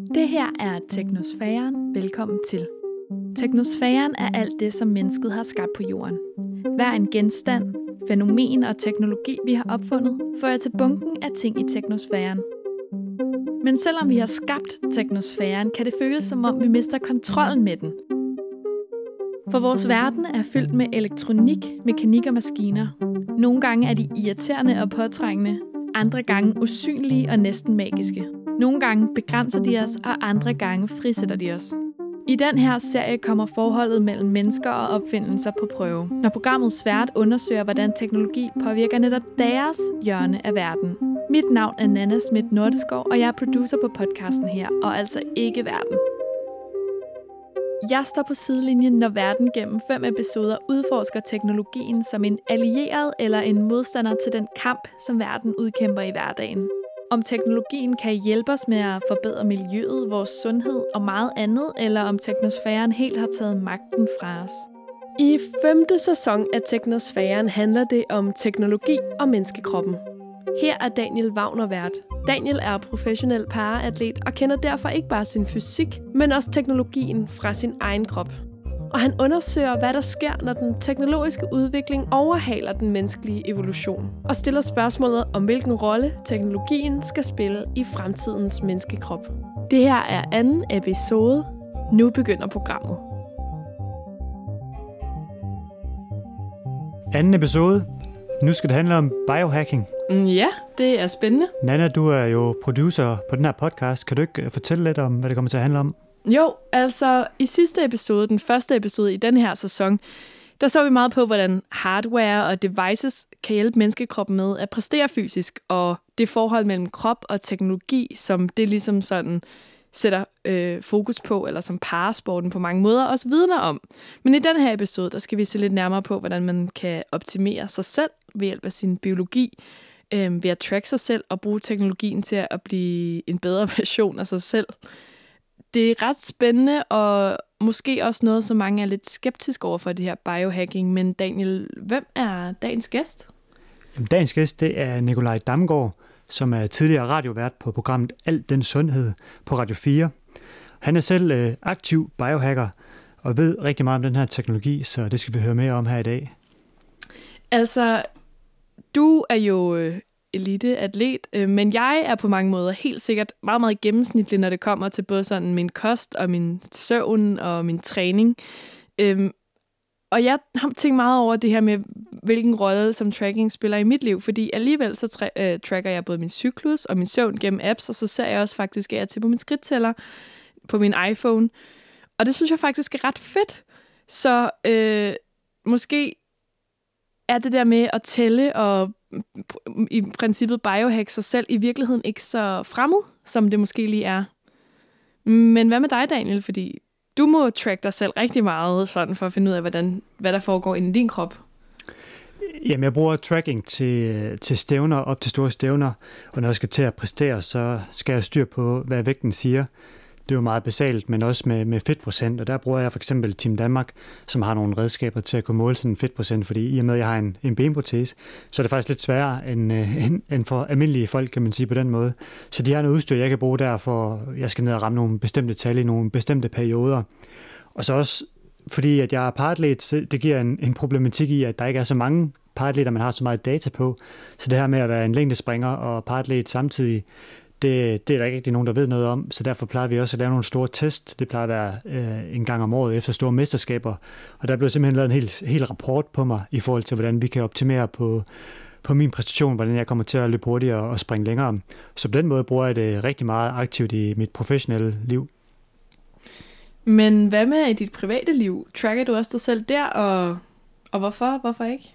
Det her er Teknosfæren. Velkommen til. Teknosfæren er alt det, som mennesket har skabt på jorden. Hver en genstand, fænomen og teknologi, vi har opfundet, fører til bunken af ting i teknosfæren. Men selvom vi har skabt teknosfæren, kan det føles som om, vi mister kontrollen med den. For vores verden er fyldt med elektronik, mekanik og maskiner. Nogle gange er de irriterende og påtrængende, andre gange usynlige og næsten magiske. Nogle gange begrænser de os, og andre gange frisætter de os. I den her serie kommer forholdet mellem mennesker og opfindelser på prøve, når programmet Svært undersøger, hvordan teknologi påvirker netop deres hjørne af verden. Mit navn er Nanna Schmidt Nordeskov, og jeg er producer på podcasten her, og altså ikke verden. Jeg står på sidelinjen, når verden gennem 5 episoder udforsker teknologien som en allieret eller en modstander til den kamp, som verden udkæmper i hverdagen. Om teknologien kan hjælpe os med at forbedre miljøet, vores sundhed og meget andet, eller om teknosfæren helt har taget magten fra os. I 5. sæson af Teknosfæren handler det om teknologi og menneskekroppen. Her er Daniel Wagner vært. Daniel er professionel paraatlet og kender derfor ikke bare sin fysik, men også teknologien fra sin egen krop. Og han undersøger, hvad der sker, når den teknologiske udvikling overhaler den menneskelige evolution, og stiller spørgsmålet om, hvilken rolle teknologien skal spille i fremtidens menneskekrop. Det her er 2. episode. Nu begynder programmet. 2. episode. Nu skal det handle om biohacking. Ja, det er spændende. Nanna, du er jo producer på den her podcast. Kan du ikke fortælle lidt om, hvad det kommer til at handle om? Jo, altså i sidste episode, den første episode i den her sæson, der så vi meget på, hvordan hardware og devices kan hjælpe menneskekroppen med at præstere fysisk, og det forhold mellem krop og teknologi, som det ligesom sådan sætter fokus på, eller som parasporten på mange måder også vidner om. Men i den her episode, der skal vi se lidt nærmere på, hvordan man kan optimere sig selv ved hjælp af sin biologi, ved at tracke sig selv og bruge teknologien til at blive en bedre version af sig selv. Det er ret spændende, og måske også noget, som mange er lidt skeptiske over for det her biohacking. Men Daniel, hvem er dagens gæst? Dagens gæst, det er Nikolaj Damgaard, som er tidligere radiovært på programmet Alt den Sundhed på Radio 4. Han er selv aktiv biohacker og ved rigtig meget om den her teknologi, så det skal vi høre mere om her i dag. Altså, du er jo eliteatlet, men jeg er på mange måder helt sikkert meget, meget gennemsnitlig, når det kommer til både sådan min kost og min søvn og min træning. Og jeg har tænkt meget over det her med, hvilken rolle som tracking spiller i mit liv, fordi alligevel så tracker jeg både min cyklus og min søvn gennem apps, og så ser jeg også faktisk af til på min skridttæller på min iPhone. Og det synes jeg faktisk er ret fedt. Så måske er det der med at tælle og i princippet biohack sig selv i virkeligheden ikke så fremmed, som det måske lige er. Men hvad med dig, Daniel? Fordi du må track dig selv rigtig meget sådan for at finde ud af, hvad der foregår inde i din krop. Jamen, jeg bruger tracking til stævner, op til store stævner, og når jeg skal til at præstere, så skal jeg styr på, hvad vægten siger. Det er jo meget basalt, men også med fedtprocent, og der bruger jeg for eksempel Team Danmark, som har nogle redskaber til at kunne måle sådan en fedtprocent, fordi i og med, at jeg har en benprotese, så er det faktisk lidt sværere end for almindelige folk, kan man sige på den måde. Så de har noget udstyr, jeg kan bruge der, for jeg skal ned og ramme nogle bestemte tal i nogle bestemte perioder. Og så også, fordi at jeg er paratlet, det giver en problematik i, at der ikke er så mange paratleter, man har så meget data på. Så det her med at være en længdespringer og paratlet samtidig, det er der ikke rigtig nogen, der ved noget om, så derfor plejer vi også at lave nogle store test. Det plejer at være en gang om året efter store mesterskaber, og der blev simpelthen lavet en hel rapport på mig i forhold til, hvordan vi kan optimere på min præstation, hvordan jeg kommer til at løbe hurtigere og springe længere. Så på den måde bruger jeg det rigtig meget aktivt i mit professionelle liv. Men hvad med i dit private liv? Tracker du også dig selv der, og hvorfor? Hvorfor ikke?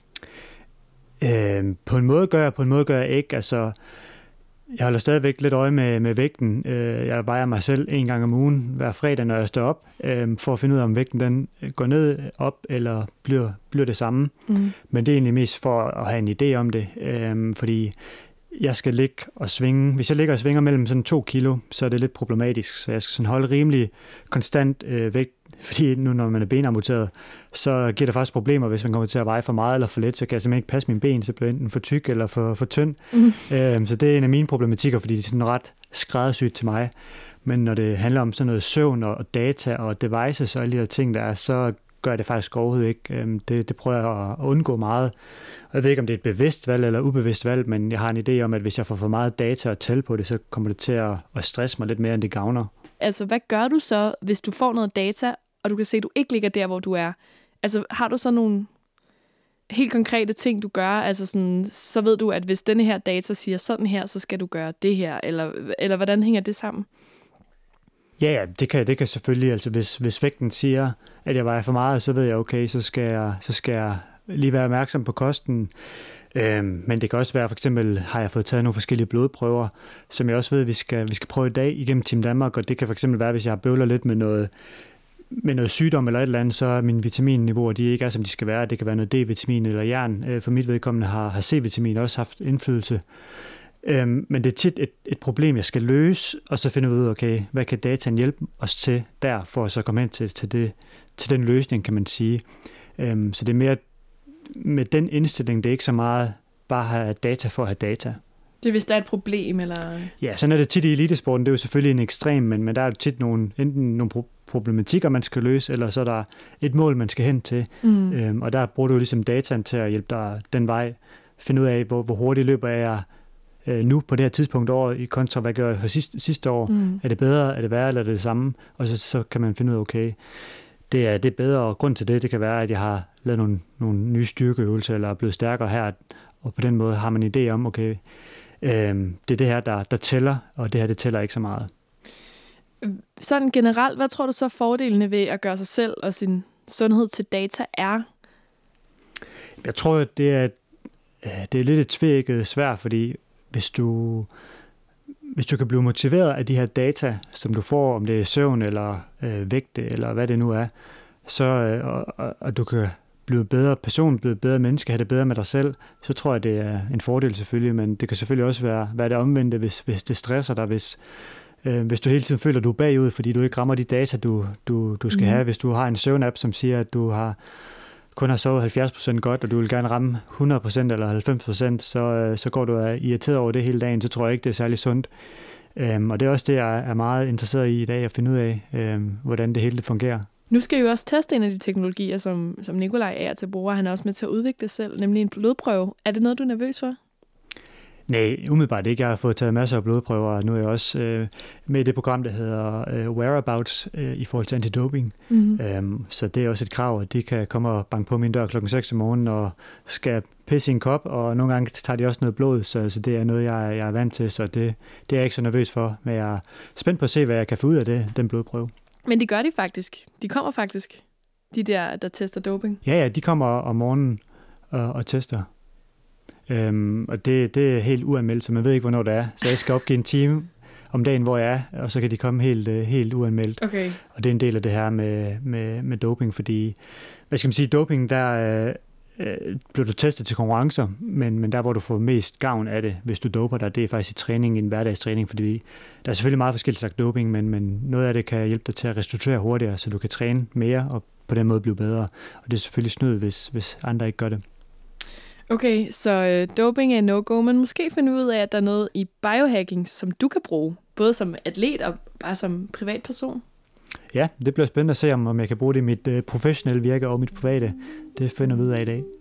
På en måde gør jeg ikke. Altså, jeg holder stadigvæk lidt øje med vægten. Jeg vejer mig selv 1 gang om ugen hver fredag, når jeg står op, for at finde ud af, om vægten den går ned, op eller bliver det samme. Mm. Men det er egentlig mest for at have en idé om det, fordi jeg skal ligge og svinge. Hvis jeg ligger og svinger mellem sådan 2 kilo, så er det lidt problematisk. Så jeg skal sådan holde rimelig konstant vægt, fordi nu når man er benamputeret, så giver det faktisk problemer, hvis man kommer til at veje for meget eller for lidt, så kan jeg simpelthen ikke passe mine ben, så bliver jeg enten for tyk eller for tynd. Så det er en af mine problematikker, fordi de er sådan ret skræddersyet til mig. Men når det handler om sådan noget søvn og data og devices og alle de der ting, der er, så gør jeg det faktisk overhovedet ikke. Det prøver jeg at undgå meget. Og jeg ved ikke, om det er et bevidst valg eller ubevidst valg, men jeg har en idé om, at hvis jeg får for meget data og tælle på det, så kommer det til at stresse mig lidt mere, end det gavner. Altså, hvad gør du så, hvis du får noget data, og du kan se, at du ikke ligger der, hvor du er? Altså, har du så nogle helt konkrete ting, du gør? Altså, sådan, så ved du, at hvis denne her data siger sådan her, så skal du gøre det her, eller hvordan hænger det sammen? Ja, det kan selvfølgelig. Altså, hvis vægten siger, at jeg vejer for meget, så ved jeg, okay, så skal jeg lige være opmærksom på kosten. Men det kan også være, for eksempel har jeg fået taget nogle forskellige blodprøver, som jeg også ved, vi skal prøve i dag igennem Team Danmark, og det kan for eksempel være, hvis jeg bøvler lidt med noget sygdom eller et eller andet, så er mine vitaminniveauer, de ikke er, som de skal være. Det kan være noget D-vitamin eller jern. For mit vedkommende har C-vitamin også haft indflydelse. Men det er tit et problem, jeg skal løse, og så finder vi ud af, okay, hvad kan dataen hjælpe os til der, for at så komme hen til den løsning, kan man sige. Så det er mere med den indstilling, det er ikke så meget bare at have data for at have data. Det er, hvis der er et problem, eller? Ja, sådan er det tit i elitesporten. Det er jo selvfølgelig en ekstrem, men der er jo tit enten nogle problematikker, man skal løse, eller så er der et mål, man skal hen til. Og der bruger du ligesom dataen til at hjælpe dig den vej. Finde ud af, hvor hurtigt løber jeg nu på det her tidspunkt over, i kontra hvad gør jeg for sidste år. Er det bedre, er det værre, eller er det samme? Og så kan man finde ud af, okay, det er bedre, og grund til det kan være, at jeg har lavet nogle nye styrkeøvelser, eller er blevet stærkere her, og på den måde har man en idé om, okay, det er det her, der tæller, og det her, det tæller ikke så meget. Sådan generelt, hvad tror du så fordelene ved at gøre sig selv og sin sundhed til data er? Jeg tror, at det er lidt et tvækket svært, fordi hvis du kan blive motiveret af de her data, som du får, om det er søvn eller vægte, eller hvad det nu er, så og du kan blive bedre person, blive bedre menneske, have det bedre med dig selv, så tror jeg, det er en fordel selvfølgelig, men det kan selvfølgelig også være det omvendte, hvis det stresser dig, hvis du hele tiden føler, at du er bagud, fordi du ikke rammer de data, du skal have. Hvis du har en søvnapp, som siger, at du kun har sovet 70% godt, og du vil gerne ramme 100% eller 90%, så går du og er irriteret over det hele dagen, så tror jeg ikke, det er særlig sundt. Og det er også det, jeg er meget interesseret i dag, at finde ud af, hvordan det hele fungerer. Nu skal I jo også teste en af de teknologier, som Nikolaj er til bruger. Han er også med til at udvikle det selv, nemlig en blodprøve. Er det noget, du er nervøs for? Nej, umiddelbart ikke. Jeg har fået taget masser af blodprøver, og nu er jeg også med i det program, der hedder Whereabouts i forhold til antidoping. Så det er også et krav, at de kan komme og banke på min dør klokken 6 om morgenen og skal pisse i en kop, og nogle gange tager de også noget blod, så det er noget, jeg er vant til, så det er jeg ikke så nervøs for, men jeg er spændt på at se, hvad jeg kan få ud af den blodprøve. Men det gør de faktisk. De kommer faktisk, de der tester doping. Ja, de kommer om morgenen og tester. Og det er helt uanmeldt, så man ved ikke, hvornår det er. Så jeg skal opgive en time om dagen, hvor jeg er, og så kan de komme helt uanmeldt. Okay. Og det er en del af det her med doping, fordi, hvad skal man sige, doping, der bliver du testet til konkurrencer, men der, hvor du får mest gavn af det, hvis du doper dig, det er faktisk i træning, i en hverdagstræning, fordi der er selvfølgelig meget forskelligt sagt doping, men noget af det kan hjælpe dig til at restituere hurtigere, så du kan træne mere, og på den måde blive bedre. Og det er selvfølgelig snyd, hvis andre ikke gør det. Okay, så doping er no-go, men måske finder vi ud af, at der er noget i biohacking, som du kan bruge, både som atlet og bare som privatperson. Ja, det bliver spændende at se, om jeg kan bruge det i mit professionelle virke og mit private. Det finder vi ud af i dag.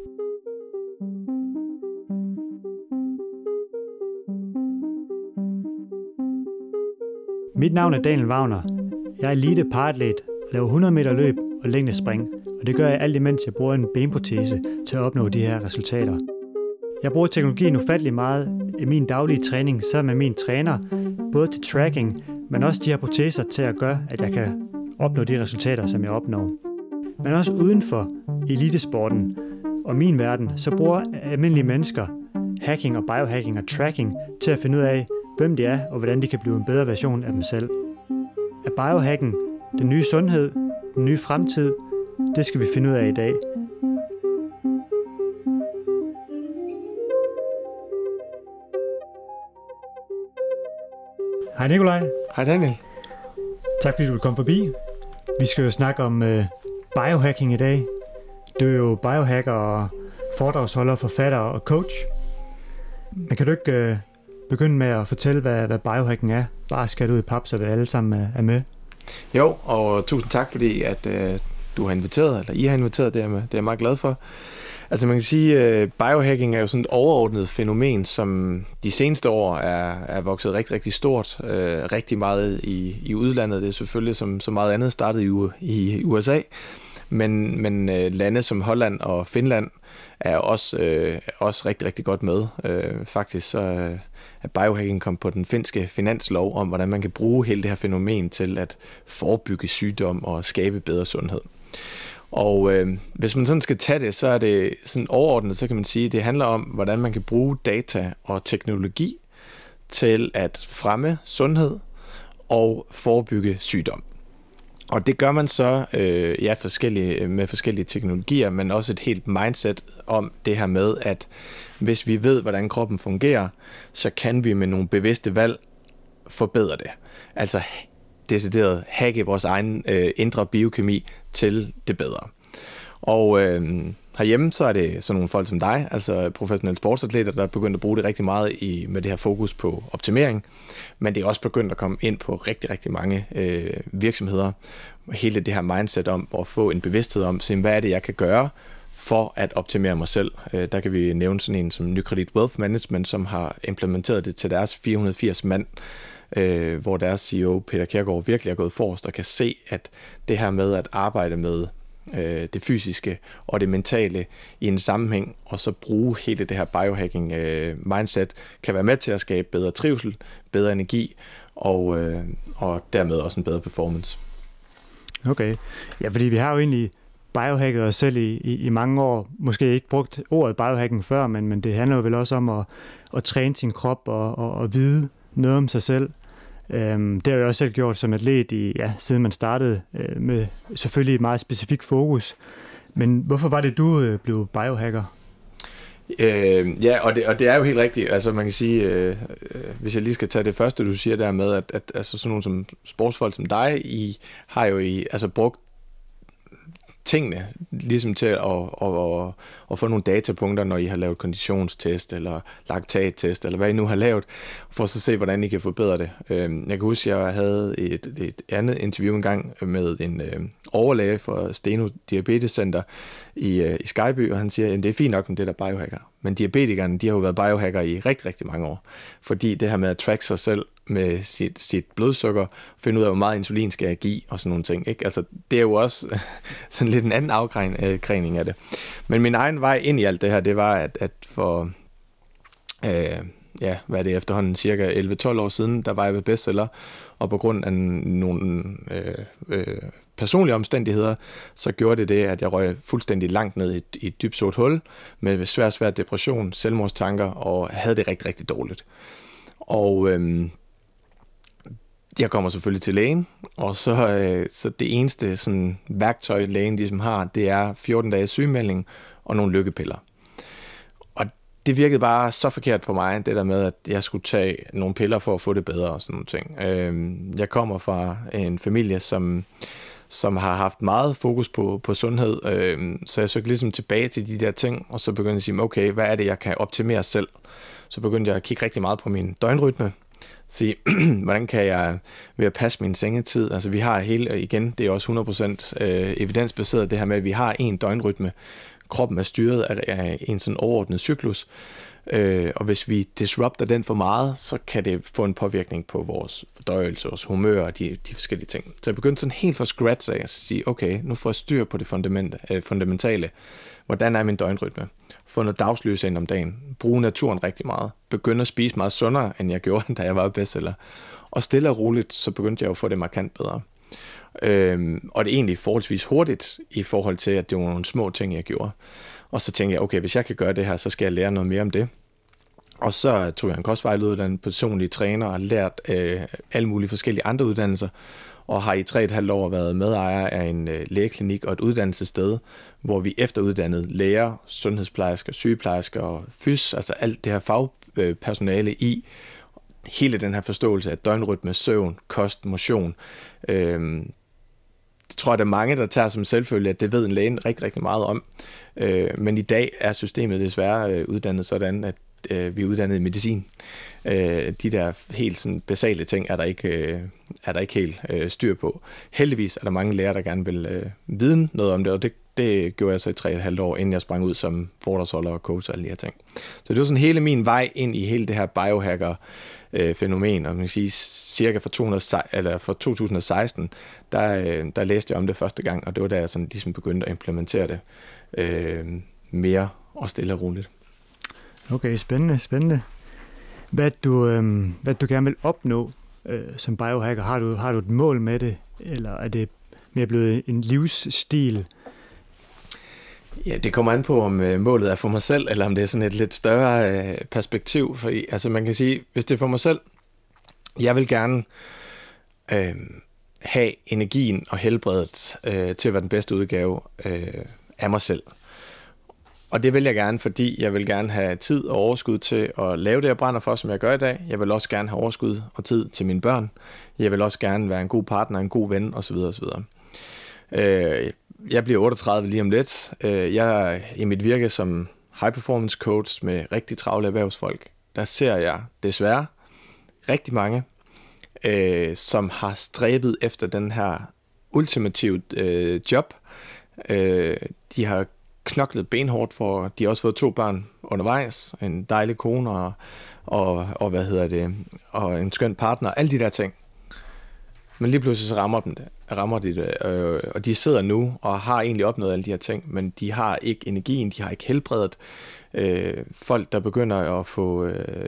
Mit navn er Daniel Wagner. Jeg er elite paratlet, laver 100 meter løb og længdespring, og det gør jeg alt imens jeg bruger en benprotese til at opnå de her resultater. Jeg bruger teknologien ufattelig meget i min daglige træning sammen med min træner, både til tracking, men også de her proteser til at gøre, at jeg kan opnå de resultater, som jeg opnår. Men også uden for elitesporten og min verden, så bruger almindelige mennesker hacking og biohacking og tracking til at finde ud af, hvem de er og hvordan de kan blive en bedre version af dem selv. Er biohacking den nye sundhed, den nye fremtid? Det skal vi finde ud af i dag. Hej Nikolaj. Hej Daniel. Tak fordi du vil komme forbi. Vi skal jo snakke om biohacking i dag. Du er jo biohacker og foredragsholder, forfatter og coach. Men kan du ikke begynde med at fortælle, hvad biohacking er? Bare skært ud i pap, så vi alle sammen er med. Jo, og tusind tak, fordi at du har inviteret, eller I har inviteret, det er jeg meget glad for. Altså man kan sige, biohacking er jo sådan et overordnet fænomen, som de seneste år er vokset rigtig, rigtig stort. Rigtig meget i udlandet. Det er selvfølgelig som så meget andet startet i USA. Men lande som Holland og Finland er også rigtig, rigtig godt med. Faktisk så er biohacking kommet på den finske finanslov om, hvordan man kan bruge hele det her fænomen til at forebygge sygdom og skabe bedre sundhed. Og hvis man sådan skal tage det, så er det sådan overordnet, så kan man sige, at det handler om, hvordan man kan bruge data og teknologi til at fremme sundhed og forebygge sygdom. Og det gør man så med forskellige teknologier, men også et helt mindset om det her med, at hvis vi ved, hvordan kroppen fungerer, så kan vi med nogle bevidste valg forbedre det. Altså decideret hacke vores egen indre biokemi til det bedre. Og herhjemme så er det sådan nogle folk som dig, altså professionelle sportsatleter, der er begyndt at bruge det rigtig meget med det her fokus på optimering, men det er også begyndt at komme ind på rigtig, rigtig mange virksomheder. Hele det her mindset om at få en bevidsthed om, hvad er det, jeg kan gøre for at optimere mig selv. Der kan vi nævne sådan en som Nykredit Wealth Management, som har implementeret det til deres 480 mand, hvor deres CEO Peter Kjærgaard virkelig er gået forrest og kan se, at det her med at arbejde med det fysiske og det mentale i en sammenhæng, og så bruge hele det her biohacking mindset, kan være med til at skabe bedre trivsel, bedre energi og dermed også en bedre performance. Okay. Ja, fordi vi har jo egentlig biohacket os selv i mange år. Måske ikke brugt ordet biohacking før, men det handler jo vel også om at træne sin krop og vide noget om sig selv. Det har jeg også selv gjort som atlet siden man startede med selvfølgelig et meget specifikt fokus. Men hvorfor var det, du blev biohacker? Og det er jo helt rigtigt. Altså man kan sige, hvis jeg lige skal tage det første, du siger der med, at altså sådan nogle som sportsfolk som dig, I har jo brugt tingene ligesom til at få nogle datapunkter, når I har lavet konditionstest eller laktattest, eller hvad I nu har lavet, for at så se, hvordan I kan forbedre det. Jeg kan huske, at jeg havde et andet interview engang med en overlæge for Steno Diabetes Center i Skyby, og han siger, at det er fint nok med det der biohacker. Men diabetikerne, de har jo været biohacker i rigtig, rigtig mange år. Fordi det her med at track sig selv med sit blodsukker, finde ud af, hvor meget insulin skal jeg give, og sådan nogle ting. Ikke? Altså, det er jo også sådan lidt en anden afgrening af det. Men min egen vej ind i alt det her, det var, at for, hvad er det efterhånden, cirka 11-12 år siden, der var jeg ved bestseller, og på grund af nogle personlige omstændigheder, så gjorde det, at jeg røg fuldstændig langt ned i et dybt sort hul, med svær depression, selvmordstanker, og havde det rigtig, rigtig dårligt. Og jeg kommer selvfølgelig til lægen, og så det eneste sådan, værktøj, lægen ligesom har, det er 14 dages sygemelding og nogle lykkepiller. Og det virkede bare så forkert på mig, det der med, at jeg skulle tage nogle piller for at få det bedre og sådan nogle ting. Jeg kommer fra en familie, som har haft meget fokus på sundhed, så jeg søgte ligesom tilbage til de der ting, og så begyndte jeg at sige, okay, hvad er det, jeg kan optimere selv? Så begyndte jeg at kigge rigtig meget på min døgnrytme, sige, hvordan kan jeg ved at passe min sengetid, altså vi har igen, det er også 100% evidensbaseret, det her med, at vi har en døgnrytme, kroppen er styret af en sådan overordnet cyklus, og hvis vi disrupter den for meget, så kan det få en påvirkning på vores fordøjelse, vores humør og de forskellige ting. Så jeg begyndte sådan helt fra scratch af at sige, okay, nu får jeg styr på det fundamentale. Hvordan er min døgnrytme? Få noget dagslys ind om dagen. Bruge naturen rigtig meget. Begynde at spise meget sundere, end jeg gjorde, da jeg var bestseller. Og stille og roligt, så begyndte jeg jo at få det markant bedre. Og det er egentlig forholdsvis hurtigt i forhold til, at det var nogle små ting, jeg gjorde. Og så tænkte jeg, okay, hvis jeg kan gøre det her, så skal jeg lære noget mere om det. Og så tog jeg en kostvejleder, personlig træner og lært alle mulige forskellige andre uddannelser. Og har i 3,5 år været medejer af en lægeklinik og et uddannelsessted, hvor vi efteruddannede læger, sundhedsplejersker, sygeplejersker og fys, altså alt det her fagpersonale i hele den her forståelse af døgnrytme, søvn, kost, motion. Det tror jeg, der er mange, der tager som selvfølge, at det ved en læge rigtig, rigtig meget om. Men i dag er systemet desværre uddannet sådan, at vi er uddannet i medicin. De der helt sådan basale ting er der ikke helt styr på. Heldigvis er der mange lærere, der gerne vil vide noget om det, og det gjorde jeg så i 3,5 år, inden jeg sprang ud som foredragsholder og coach og alle de her ting. Så det var sådan hele min vej ind i hele det her biohacker-fænomen, og man kan sige, cirka fra 2016, der læste jeg om det første gang, og det var da jeg sådan ligesom begyndte at implementere det mere og stille og roligt. Okay, spændende. Hvad du gerne vil opnå som biohacker? Har du et mål med det, eller er det mere blevet en livsstil? Ja, det kommer an på, om målet er for mig selv, eller om det er sådan et lidt større perspektiv. For, altså man kan sige, hvis det er for mig selv, jeg vil gerne have energien og helbredet til at være den bedste udgave af mig selv. Og det vil jeg gerne, fordi jeg vil gerne have tid og overskud til at lave det, jeg brænder for, som jeg gør i dag. Jeg vil også gerne have overskud og tid til mine børn. Jeg vil også gerne være en god partner, en god ven osv. osv. Jeg bliver 38 lige om lidt. Jeg i mit virke som high performance coach med rigtig travle erhvervsfolk, der ser jeg desværre rigtig mange, som har stræbet efter den her ultimative job. De har knoklet benhårdt for, de har også fået 2 børn undervejs, en dejlig kone og og en skøn partner, alle de der ting. Men lige pludselig så rammer de det, og de sidder nu og har egentlig opnået alle de her ting, men de har ikke energien, de har ikke helbredet. Folk, der begynder at få,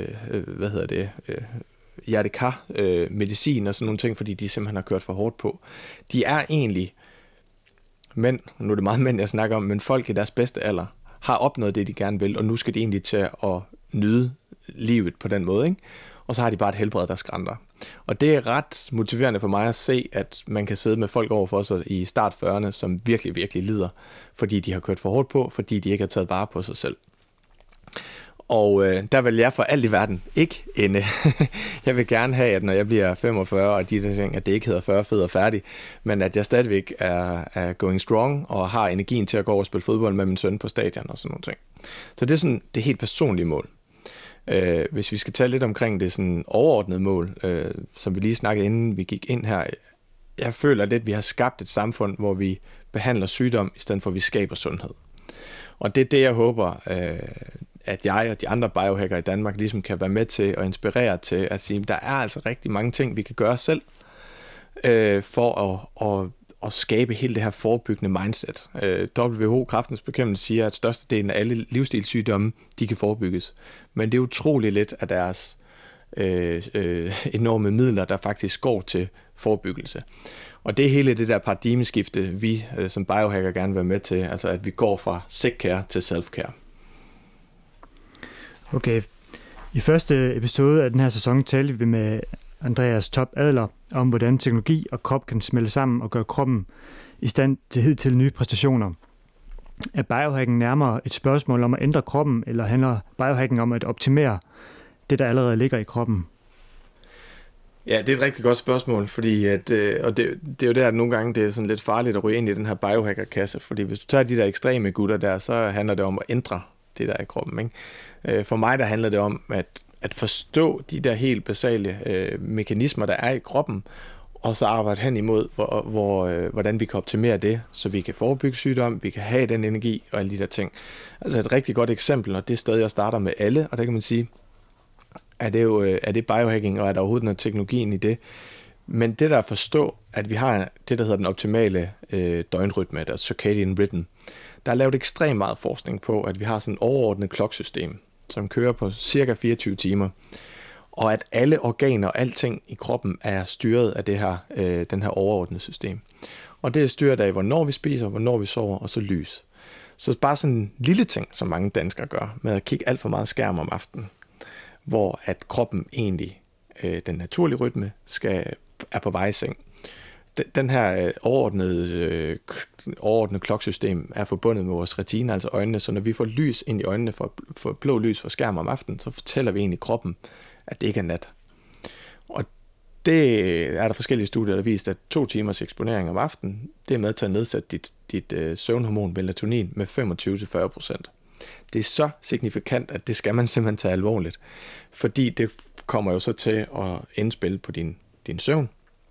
hjertekar, medicin og sådan nogle ting, fordi de simpelthen har kørt for hårdt på. De er egentlig mænd, nu er det meget mænd, jeg snakker om, men folk i deres bedste alder har opnået det, de gerne vil, og nu skal de egentlig til at nyde livet på den måde, ikke? Og så har de bare et helbred, der skranter. Og det er ret motiverende for mig at se, at man kan sidde med folk overfor sig i start 40'erne, som virkelig, virkelig lider, fordi de har kørt for hårdt på, fordi de ikke har taget vare på sig selv. Og der vil jeg for alt i verden ikke ende. Jeg vil gerne have, at når jeg bliver 45, og de der ting, at det ikke hedder 40, fed og færdig, men at jeg stadigvæk er going strong, og har energien til at gå over og spille fodbold med min søn på stadion og sådan nogle ting. Så det er sådan det helt personlige mål. Hvis vi skal tale lidt omkring det sådan overordnede mål, som vi lige snakkede inden vi gik ind her, jeg føler lidt, at vi har skabt et samfund, hvor vi behandler sygdom, i stedet for at vi skaber sundhed. Og det er det, jeg håber, at jeg og de andre biohackere i Danmark ligesom kan være med til og inspirere til at sige, at der er altså rigtig mange ting, vi kan gøre selv, for at skabe hele det her forebyggende mindset. WHO, Kræftens Bekæmpelse, siger, at størstedelen af alle livsstilssygdomme, de kan forebygges. Men det er utroligt lidt af deres enorme midler, der faktisk går til forebyggelse. Og det er hele det der paradigmeskifte, vi som biohacker gerne vil være med til, altså at vi går fra sick-care til self-care. Okay. I første episode af den her sæson talte vi med Andreas Top Adler om, hvordan teknologi og krop kan smelte sammen og gøre kroppen i stand til hidtil nye præstationer. Er biohacking nærmere et spørgsmål om at ændre kroppen, eller handler biohacking om at optimere det, der allerede ligger i kroppen? Ja, det er et rigtig godt spørgsmål, fordi og det er jo der, at nogle gange det er sådan lidt farligt at ryge ind i den her biohacker-kasse, fordi hvis du tager de der ekstreme gutter der, så handler det om at ændre det der i kroppen, ikke? For mig der handler det om at forstå de der helt basale mekanismer, der er i kroppen, og så arbejde hen imod, hvordan vi kan optimere det, så vi kan forebygge sygdom, vi kan have den energi og alle de der ting. Altså et rigtig godt eksempel, og det sted, jeg starter med alle, og der kan man sige, er det biohacking, og er der overhovedet noget teknologien i det? Men det der at forstå, at vi har det, der hedder den optimale døgnrytme, der circadian rhythm, der er lavet ekstremt meget forskning på, at vi har sådan et overordnet kloksystem, som kører på cirka 24 timer, og at alle organer og alting i kroppen er styret af det her, den her overordnede system. Og det er styret af, hvornår vi spiser, hvornår vi sover, og så lys. Så bare sådan en lille ting, som mange danskere gør, med at kigge alt for meget skærm om aftenen, hvor at kroppen egentlig, den naturlige rytme, er på vej i seng. Den her overordnede kloksystem er forbundet med vores retina, altså øjnene, så når vi får lys ind i øjnene, for blå lys fra skærm om aftenen, så fortæller vi egentlig kroppen, at det ikke er nat. Og det er der forskellige studier, der viser, at 2 timers eksponering om aftenen, det er med til at nedsætte dit søvnhormon melatonin med 25-40%. Det er så signifikant, at det skal man simpelthen tage alvorligt, fordi det kommer jo så til at indspille på din søvn.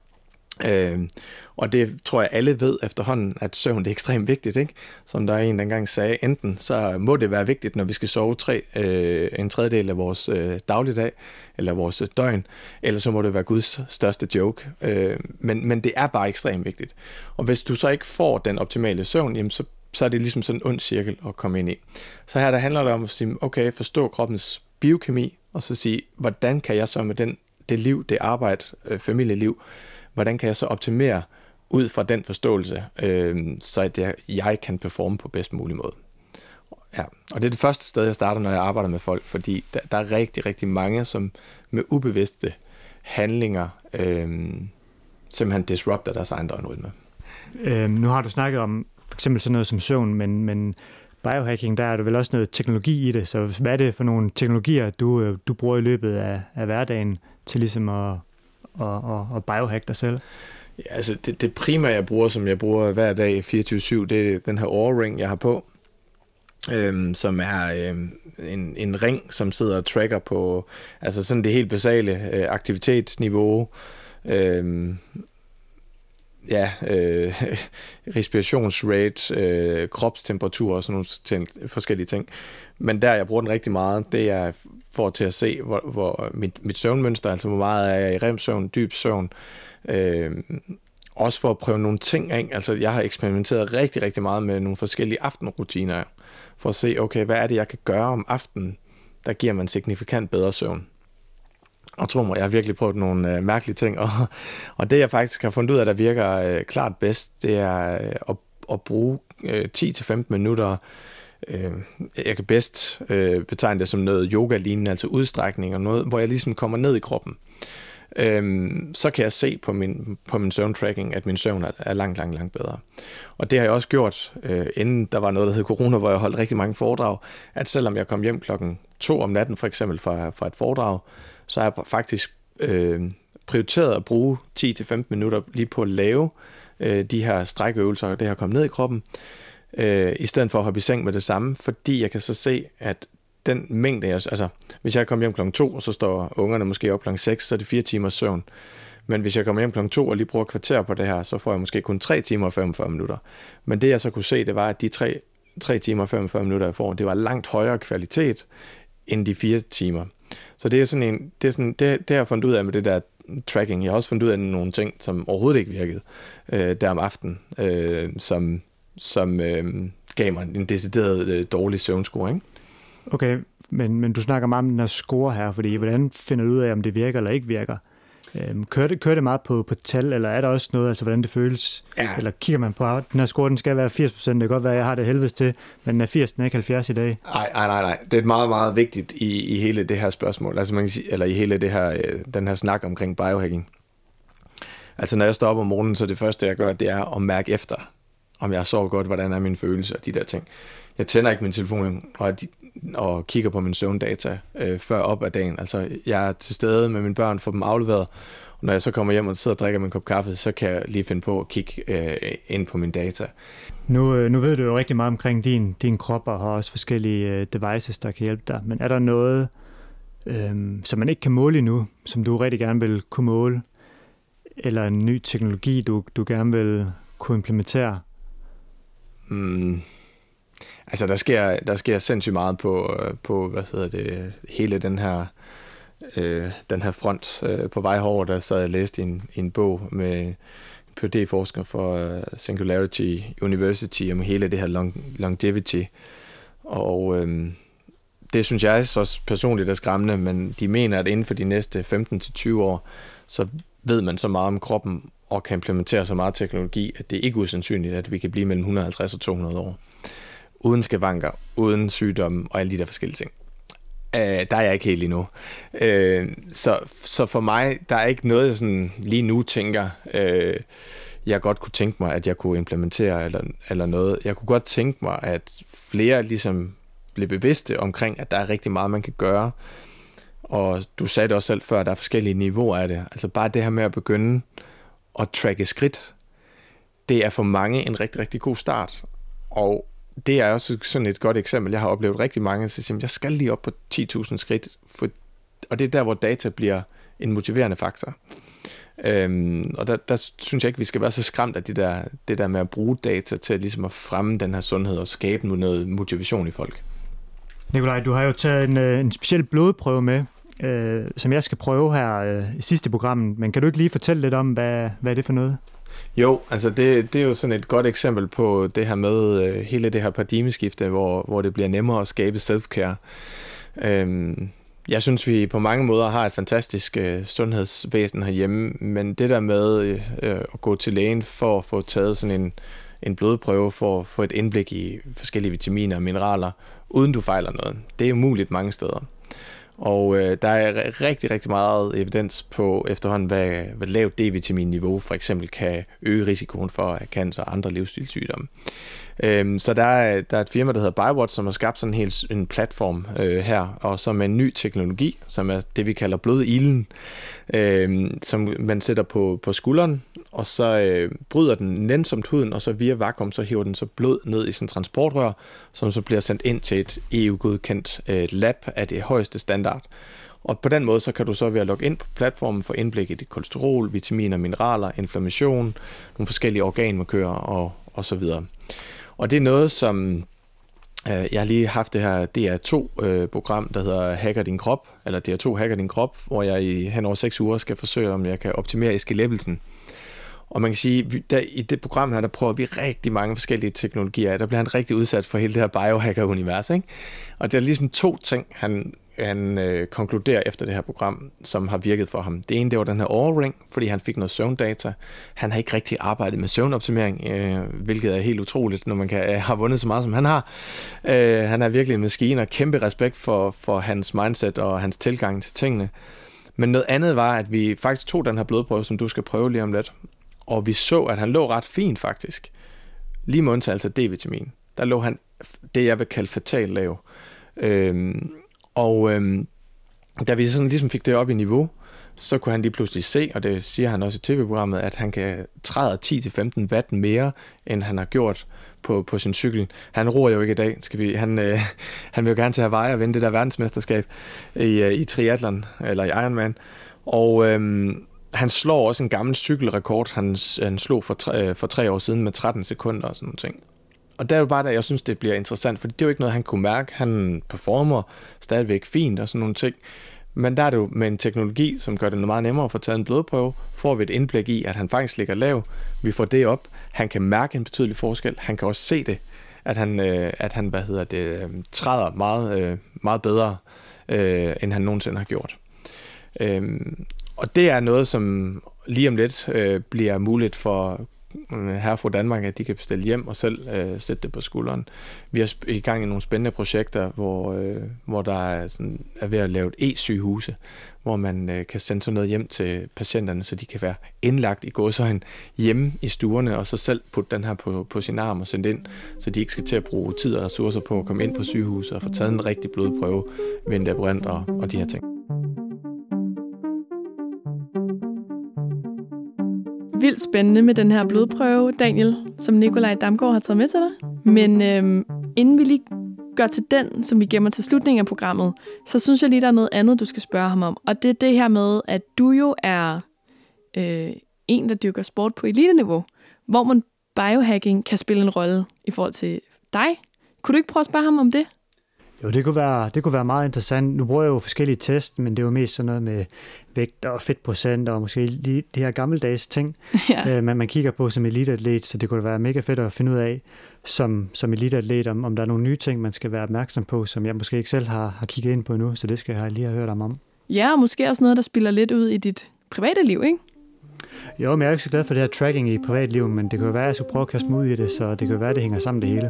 Og det tror jeg alle ved efterhånden, at søvn det er ekstremt vigtigt, ikke? Som der er en, der engang sagde, enten så må det være vigtigt, når vi skal sove en tredjedel af vores dagligdag, eller vores døgn, eller så må det være Guds største joke. Men det er bare ekstremt vigtigt. Og hvis du så ikke får den optimale søvn, jamen så er det ligesom sådan en ond cirkel at komme ind i. Så her der handler det om at sige, okay, forstå kroppens biokemi, og så sige, hvordan kan jeg så med det liv, det arbejde, familieliv, hvordan kan jeg så optimere ud fra den forståelse, så at jeg kan performe på bedst mulig måde. Ja. Og det er det første sted, jeg starter, når jeg arbejder med folk, fordi der er rigtig, rigtig mange, som med ubevidste handlinger simpelthen disrupter deres egen døgnrytme. Nu har du snakket om for eksempel sådan noget som søvn, men biohacking, der er der vel også noget teknologi i det, så hvad er det for nogle teknologier, du bruger i løbet af hverdagen til ligesom at biohack dig selv? Ja, altså det primære, jeg bruger, som jeg bruger hver dag 24/7, det er den her Oura Ring, jeg har på, som er en ring, som sidder og tracker på altså sådan det helt basale aktivitetsniveau, respirationsrate, kropstemperatur og sådan nogle forskellige ting. Men der, jeg bruger den rigtig meget, det er for til at se, hvor mit søvnmønster, altså hvor meget er jeg i REM-søvn, dyb søvn, også for at prøve nogle ting af. Altså, jeg har eksperimenteret rigtig, rigtig meget med nogle forskellige aftenrutiner, for at se, okay, hvad er det, jeg kan gøre om aftenen, der giver man signifikant bedre søvn. Og tro mig, jeg har virkelig prøvet nogle mærkelige ting, og det jeg faktisk har fundet ud af, der virker klart bedst, det er at bruge 10-15 minutter. Jeg kan bedst betegne det som noget yoga-lignende, altså udstrækning og noget, hvor jeg ligesom kommer ned i kroppen. Så kan jeg se på min søvntracking, at min søvn er langt bedre. Og det har jeg også gjort, inden der var noget, der hed corona, hvor jeg holdt rigtig mange foredrag, at selvom jeg kom hjem 2:00 om natten, for eksempel fra et foredrag, så har jeg faktisk prioriteret at bruge 10-15 minutter lige på at lave de her strækøvelser, og det her komme ned i kroppen, i stedet for at hoppe i seng med det samme, fordi jeg kan så se, at den mængde, altså hvis jeg kommer hjem 2:00, og så står ungerne måske op 6:00, så er det 4 timer søvn. Men hvis jeg kommer hjem 2:00 og lige bruger et kvarter på det her, så får jeg måske kun 3 timer og 45 minutter. Men det jeg så kunne se, det var, at de 3 timer og 45 minutter, jeg får, det var langt højere kvalitet end de 4 timer. Så det er sådan det har jeg fundet ud af med det der tracking. Jeg har også fundet ud af nogle ting, som overhovedet ikke virkede der om aftenen, som gav mig en decideret dårlig søvnscore, ikke? Okay, men du snakker meget om den her score her, fordi hvordan finder du ud af, om det virker eller ikke virker? Kører det meget på tal, eller er der også noget, altså hvordan det føles? Ja. Eller kigger man på, den her score, den skal være 80%, det kan godt være, at jeg har det helvedes til, men den er 80, den er ikke 70 i dag. Nej. Det er meget, meget vigtigt i hele det her spørgsmål, altså man kan sige, eller i hele det her, den her snak omkring biohacking. Altså når jeg står op om morgenen, så det første, jeg gør, det er at mærke efter, om jeg sover godt, hvordan er min følelse og de der ting. Jeg tænder ikke min telefon og kigger på min søvndata før op ad dagen. Altså, jeg er til stede med mine børn, får dem afleveret, og når jeg så kommer hjem og sidder og drikker min kop kaffe, så kan jeg lige finde på at kigge ind på min data. Nu ved du jo rigtig meget omkring din krop, og har også forskellige devices, der kan hjælpe dig. Men er der noget, som man ikke kan måle endnu, som du rigtig gerne vil kunne måle? Eller en ny teknologi, du gerne vil kunne implementere? Altså der sker sindssygt meget på hele den her front på vej herover. Der sad jeg og læste i en bog med en PhD-forsker for Singularity University om hele det her longevity. Og det synes jeg så personligt er skræmmende, men de mener, at inden for de næste 15-20 år, så ved man så meget om kroppen og kan implementere så meget teknologi, at det er ikke usandsynligt, at vi kan blive mellem 150 og 200 år. Uden skavanker, uden sygdomme og alle de der forskellige ting. Der er jeg ikke helt endnu. Så for mig, der er ikke noget, jeg sådan lige nu tænker, jeg godt kunne tænke mig, at jeg kunne implementere eller noget. Jeg kunne godt tænke mig, at flere ligesom blev bevidste omkring, at der er rigtig meget, man kan gøre. Og du sagde det også selv før, at der er forskellige niveauer af det. Altså bare det her med at begynde at tracke skridt, det er for mange en rigtig, rigtig god start. Og det er også sådan et godt eksempel. Jeg har oplevet rigtig mange, der siger, jeg skal lige op på 10.000 skridt, og det er der, hvor data bliver en motiverende faktor. Og der synes jeg ikke, vi skal være så skræmt af det der med at bruge data til ligesom at fremme den her sundhed og skabe noget motivation i folk. Nikolaj, du har jo taget en speciel blodprøve med, som jeg skal prøve her i sidste program, men kan du ikke lige fortælle lidt om, hvad er det for noget? Jo, altså det er jo sådan et godt eksempel på det her med hele det her paradigmeskifte, hvor det bliver nemmere at skabe self-care. Jeg synes, vi på mange måder har et fantastisk sundhedsvæsen herhjemme, men det der med at gå til lægen for at få taget sådan en blodprøve, for at få et indblik i forskellige vitaminer og mineraler, uden du fejler noget, det er umuligt mange steder. Og der er rigtig, rigtig meget evidens på efterhånden, hvad lavt D-vitaminniveau for eksempel kan øge risikoen for cancer og andre livsstilssygdomme. Så der er et firma, der hedder BioWatch, som har skabt sådan en platform her, og som er en ny teknologi, som er det, vi kalder blodilen, som man sætter på skulderen, og så bryder den nænsomt huden, og så via vakuum, så hiver den så blod ned i sådan en transportrør, som så bliver sendt ind til et EU-godkendt lab af det højeste standard. Og på den måde, så kan du så ved at logge ind på platformen få indblik i dit kolesterol, vitaminer, mineraler, inflammation, nogle forskellige organmarkører og så videre. Og det er noget, som jeg har lige haft det her DR2-program, der hedder Hacker din krop, eller DR2 Hacker din krop, hvor jeg hen over 6 uger skal forsøge, om jeg kan optimere Eske Leppelsen. Og man kan sige, at i det program her, der prøver vi rigtig mange forskellige teknologier af. Der bliver han rigtig udsat for hele det her biohacker-univers, ikke? Og det er ligesom 2 ting, han konkluderer efter det her program, som har virket for ham. Det ene, det var den her Oura-ring, fordi han fik noget søvndata. Han har ikke rigtig arbejdet med søvnoptimering, hvilket er helt utroligt, når man har vundet så meget, som han har. Han er virkelig en maskine, og kæmpe respekt for hans mindset og hans tilgang til tingene. Men noget andet var, at vi faktisk tog den her blodprøve, som du skal prøve lige om lidt, og vi så, at han lå ret fint faktisk. Lige med undtagelse af D-vitamin. Der lå han det, jeg vil kalde fatalt lav. Da vi sådan ligesom fik det op i niveau, så kunne han lige pludselig se, og det siger han også i tv-programmet, at han kan træde 10-15 watt mere, end han har gjort på sin cykel. Han roer jo ikke i dag. Han vil jo gerne til Hawaii og vinde det der verdensmesterskab i triathlon, eller i Ironman. Og han slår også en gammel cykelrekord, han slog for 3 år siden med 13 sekunder og sådan noget ting. Og der er jo bare der, jeg synes, det bliver interessant, for det er jo ikke noget, han kunne mærke. Han performer stadigvæk fint og sådan nogle ting. Men der er det jo med en teknologi, som gør det meget nemmere at få taget en blodprøve, får vi et indblik i, at han faktisk ligger lav. Vi får det op. Han kan mærke en betydelig forskel. Han kan også se det, at han træder meget, meget bedre, end han nogensinde har gjort. Og det er noget, som lige om lidt bliver muligt for her fra Danmark, at de kan bestille hjem og selv sætte det på skulderen. Vi er i gang i nogle spændende projekter, hvor der er ved at lave et e-sygehuse, hvor man kan sende sådan noget hjem til patienterne, så de kan være indlagt i gåsøjne hjemme i stuerne, og så selv putte den her på sin arm og sende ind, så de ikke skal til at bruge tid og ressourcer på at komme ind på sygehuset og få taget en rigtig blodprøve ved en labyrint og de her ting. Vildt spændende med den her blodprøve, Daniel, som Nikolaj Damgaard har taget med til dig. Men inden vi lige går til den, som vi gemmer til slutningen af programmet, så synes jeg lige, der er noget andet, du skal spørge ham om. Og det er det her med, at du jo er en, der dyrker sport på eliteniveau, hvor man biohacking kan spille en rolle i forhold til dig. Kunne du ikke prøve at spørge ham om det? Jo, det kunne være meget interessant. Nu bruger jeg jo forskellige test, men det er jo mest sådan noget med vægt og fedtprocent og måske lige de her gammeldags ting, ja. Man kigger på som eliteatlet, så det kunne være mega fedt at finde ud af som eliteatlet, om der er nogle nye ting, man skal være opmærksom på, som jeg måske ikke selv har kigget ind på endnu, så det skal jeg lige have hørt om. Ja, og måske også noget, der spiller lidt ud i dit private liv, ikke? Jo, men jeg er ikke så glad for det her tracking i privatliv, men det kan jo være, at jeg skulle prøve at kaste mig ud i det, så det kan jo være, at det hænger sammen det hele.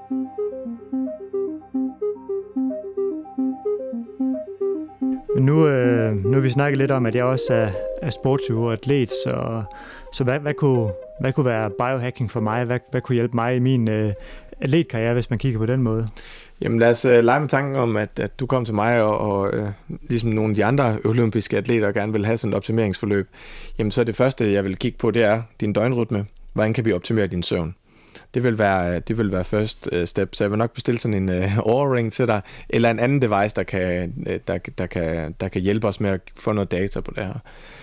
Nu har vi snakket lidt om, at jeg også er sportspsykolog og atlet, så hvad kunne være biohacking for mig? Hvad kunne hjælpe mig i min atletkarriere, hvis man kigger på den måde? Jamen lad os lege med tanken om, at du kom til mig, og ligesom nogle af de andre olympiske atleter gerne vil have sådan et optimeringsforløb. Jamen så det første, jeg vil kigge på, det er din døgnrytme. Hvordan kan vi optimere din søvn? Det vil være first step, så jeg vil nok bestille sådan en Oura-ring til dig, eller en anden device, der kan hjælpe os med at få noget data på det her.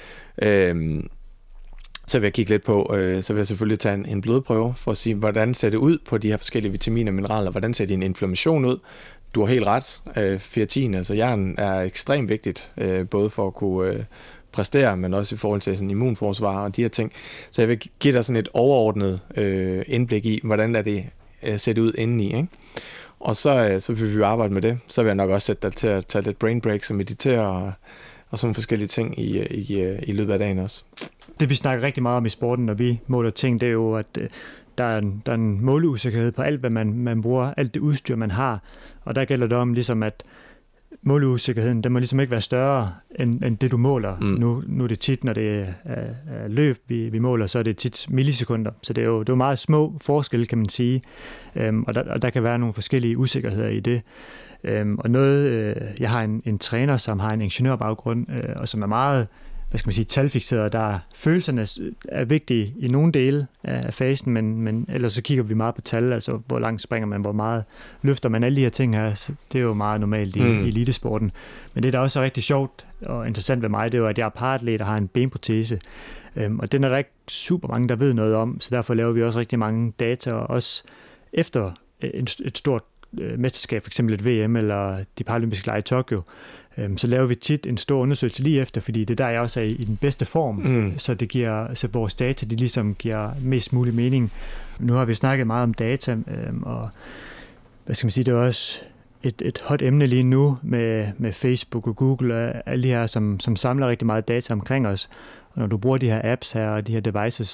Så vil jeg kigge lidt på, så vil jeg selvfølgelig tage en blodprøve for at sige, hvordan ser det ud på de her forskellige vitaminer og mineraler, hvordan ser din inflammation ud. Du har helt ret, ferritin, altså jern, er ekstremt vigtigt, både for at kunne præstere, men også i forhold til sådan immunforsvar og de her ting. Så jeg vil give dig sådan et overordnet indblik i, hvordan er det set ud indeni, ikke? Og så vil vi jo arbejde med det. Så vil jeg nok også sætte dig til at tage lidt brain breaks og meditere og sådan forskellige ting i løbet af dagen også. Det vi snakker rigtig meget om i sporten, når vi måler ting, det er jo, at der er en måleusikkerhed på alt, hvad man bruger, alt det udstyr, man har. Og der gælder det om ligesom, at måleusikkerheden, den må ligesom ikke være større, end det du måler. Nu er det tit, når det er løb, vi måler, så er det tit millisekunder. Så det er jo meget små forskelle, kan man sige. Og der kan være nogle forskellige usikkerheder i det. Og jeg har en træner, som har en ingeniørbaggrund, og som er meget, talfikseret, der følelserne er vigtige i nogle dele af fasen, men ellers så kigger vi meget på tal, altså hvor langt springer man, hvor meget løfter man, alle de her ting her, det er jo meget normalt i elitesporten. Men det, der også er rigtig sjovt og interessant ved mig, det er jo, at jeg er paratlet og har en benprotese, og den er der ikke super mange, der ved noget om, så derfor laver vi også rigtig mange data, og også efter et stort mesterskab, for eksempel et VM eller de paralympiske lege i Tokyo, så laver vi tit en stor undersøgelse lige efter, fordi det er der, jeg også er i den bedste form, så vores data, de ligesom giver mest mulig mening. Nu har vi snakket meget om data, og det er også et hot emne lige nu med Facebook og Google og alle de her, som samler rigtig meget data omkring os. Og når du bruger de her apps her og de her devices,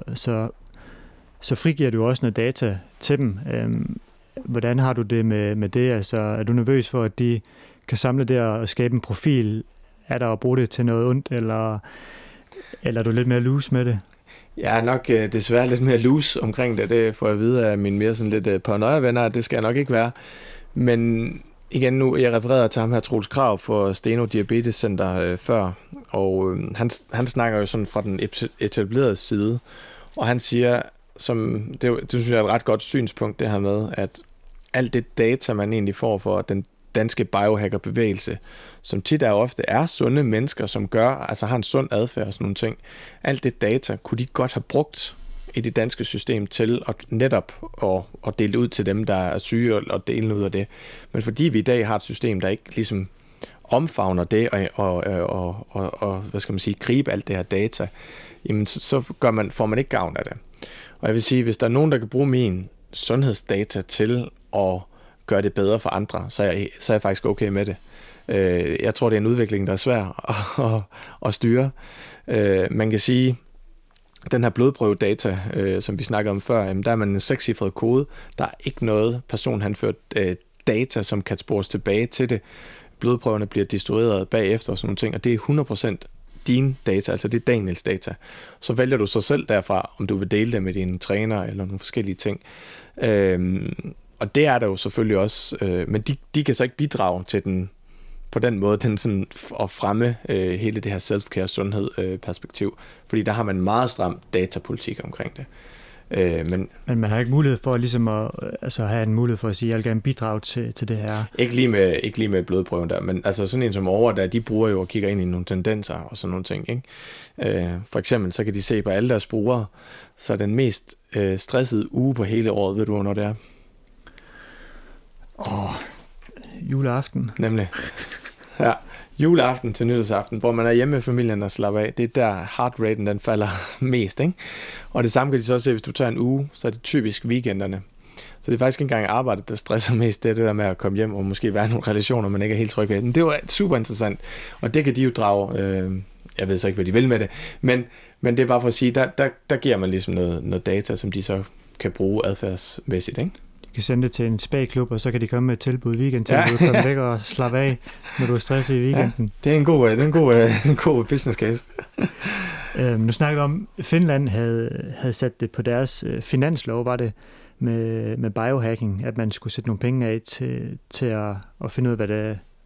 så frigiver du også noget data til dem. Hvordan har du det med det? Altså, er du nervøs for, at de kan samle det og skabe en profil? Er der at bruge det til noget ondt, eller er du lidt mere loose med det? Jeg er nok desværre lidt mere loose omkring det. Det får jeg at vide af mine mere sådan lidt paranoia-venner, at det skal jeg nok ikke være. Men igen nu, jeg refererede til ham her, Troels Krag for Steno Diabetes Center før, og han snakker jo sådan fra den etablerede side, og han siger, det synes jeg er et ret godt synspunkt, det her med, at alt det data, man egentlig får for den danske biohackerbevægelse, som tit og ofte er sunde mennesker, som har en sund adfærd og sådan nogle ting. Alt det data kunne de godt have brugt i det danske system til at netop at dele ud til dem, der er syge, og dele ud af det. Men fordi vi i dag har et system, der ikke ligesom omfavner det og gribe alt det her data, jamen så får man ikke gavn af det. Og jeg vil sige, hvis der er nogen, der kan bruge min sundhedsdata til at gøre det bedre for andre, så er jeg faktisk okay med det. Jeg tror, det er en udvikling, der er svær at styre. Man kan sige, den her blodprøvedata, som vi snakkede om før, der er man en 6-cifret kode. Der er ikke noget personhenført data, som kan spores tilbage til det. Blodprøverne bliver distribueret bagefter og sådan nogle ting, og det er 100% dine data, altså det er Daniels data. Så vælger du så selv derfra, om du vil dele det med dine træner eller nogle forskellige ting. Og det er der jo selvfølgelig også, men de kan så ikke bidrage til den, på den måde, den sådan at fremme hele det her self-care sundhed perspektiv, fordi der har man meget stram datapolitik omkring det. Men man har ikke mulighed for ligesom at have en mulighed for at sige, at jeg vil gerne bidrage til det her. Ikke lige med blodprøven der, men altså sådan en som Oura, der de bruger jo og kigger ind i nogle tendenser og sådan nogle ting, ikke? For eksempel så kan de se på alle deres brugere, så den mest stressede uge på hele året, ved du hvornår det er? Juleaften. Nemlig. Ja, juleaften til nytårsaften, hvor man er hjemme med familien og slapper af. Det er der heart raten den falder mest, ikke? Og det samme kan de så se, hvis du tager en uge, så er det typisk weekenderne. Så det er faktisk ikke engang arbejdet, der stresser mest, det der med at komme hjem og måske være nogle relationer, man ikke er helt tryg ved. Men det var super interessant, og det kan de jo drage. Jeg ved så ikke, hvad de vil med det, men det er bare for at sige, der giver man ligesom noget data, som de så kan bruge adfærdsmæssigt, ikke? De kan sende det til en spa-klub, og så kan de komme med et tilbud weekendtilbud, komme væk og slappe af, når du er stresset i weekenden. Ja, det er en god business case. Nu snakker du om, at Finland havde sat det på deres finanslov, var det, med biohacking, at man skulle sætte nogle penge af til at finde ud af,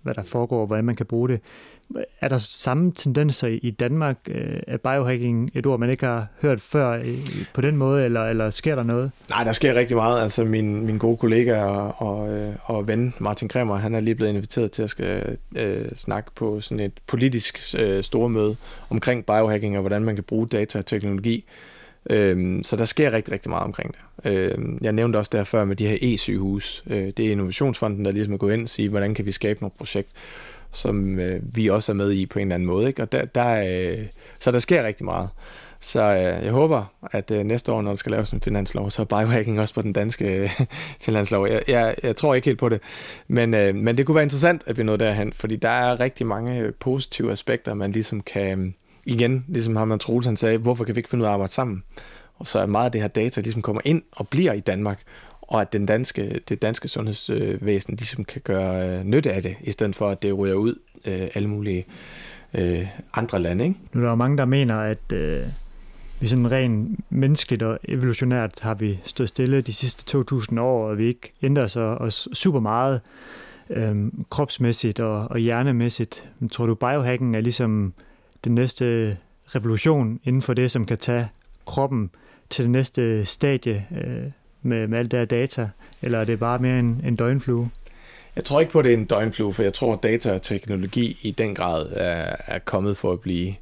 hvad der foregår, hvordan man kan bruge det. Er der samme tendenser i Danmark? Er biohacking et ord, man ikke har hørt før på den måde, eller sker der noget? Nej, der sker rigtig meget. Altså min gode kollega og ven Martin Kræmer, han er lige blevet inviteret til at skal snakke på sådan et politisk stormøde omkring biohacking og hvordan man kan bruge data og teknologi. Så der sker rigtig, rigtig meget omkring det. Jeg nævnte også der før med de her e-sygehus. Det er Innovationsfonden, der ligesom er gået ind og sige, hvordan kan vi skabe nogle projekt, som vi også er med i på en eller anden måde. Ikke? Og så der sker rigtig meget. Så jeg håber, at næste år, når der skal laves en finanslov, så er biohacking også på den danske finanslov. Jeg tror ikke helt på det, men det kunne være interessant, at vi nåede derhen, fordi der er rigtig mange positive aspekter, man ligesom kan, igen, ligesom ham Troels han sagde, hvorfor kan vi ikke finde ud af at arbejde sammen? Og så er meget af det her data ligesom kommer ind og bliver i Danmark, og at det danske sundhedsvæsen ligesom kan gøre nytte af det, i stedet for at det ryger ud alle mulige andre lande. Ikke? Nu er der mange, der mener, at vi sådan rent menneskeligt og evolutionært har vi stået stille de sidste 2.000 år, og vi ikke ændrer os super meget kropsmæssigt og hjernemæssigt. Men tror du, biohacking er ligesom den næste revolution inden for det, som kan tage kroppen til det næste stadie med alt det her data, eller er det bare mere en døgnflue? Jeg tror ikke på, at det er en døgnflue, for jeg tror, at data og teknologi i den grad er kommet for at blive.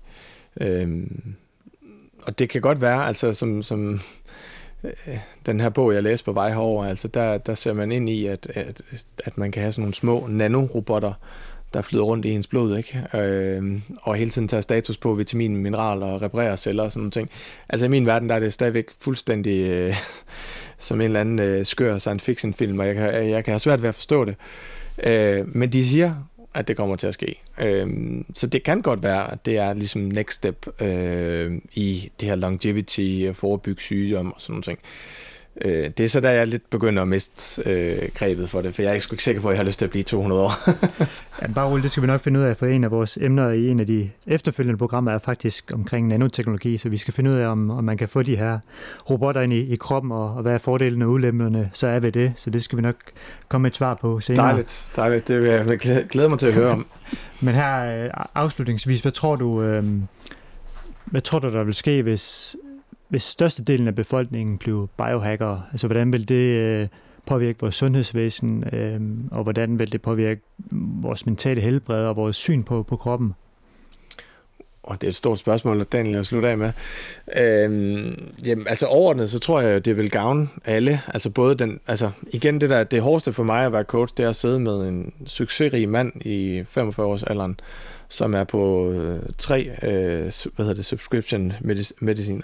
Og det kan godt være, altså som den her bog, jeg læste på vej herover, altså der ser man ind i, at man kan have sådan nogle små nanorobotter, der flyder rundt i ens blod, ikke? Og hele tiden tager status på vitamin, mineral og reparerer celler og sådan nogle ting. Altså i min verden, der er det stadigvæk fuldstændig som en eller anden skør science fiction film, og jeg kan have svært ved at forstå det. Men de siger, at det kommer til at ske. Så det kan godt være, at det er ligesom next step i det her longevity, forebygge sygdom og sådan nogle ting. Det er så der, jeg lidt begynder at miste grebet for det, for jeg er sgu ikke sikker på, at jeg har lyst til at blive 200 år. Ja, bare roligt, det skal vi nok finde ud af, for en af vores emner i en af de efterfølgende programmer er faktisk omkring nanoteknologi, så vi skal finde ud af, om man kan få de her robotter ind i kroppen, og hvad er fordelene og ulemperne så er ved det, så det skal vi nok komme med et svar på senere. Dejligt. Det vil jeg glæde mig til at høre om. Men her afslutningsvis, hvad tror du, der vil ske, hvis størstedelen af befolkningen blev biohackere? Altså, hvordan vil det påvirke vores sundhedsvæsen, og hvordan vil det påvirke vores mentale helbred og vores syn på kroppen? Og det er et stort spørgsmål, at Daniel, jeg slutter af med. Jamen, altså overordnet, så tror jeg, det vil gavne alle. Altså både igen det hårdeste for mig at være coach, det er at sidde med en succesrig mand i 45-årsalderen, som er på 3 subscription medicin,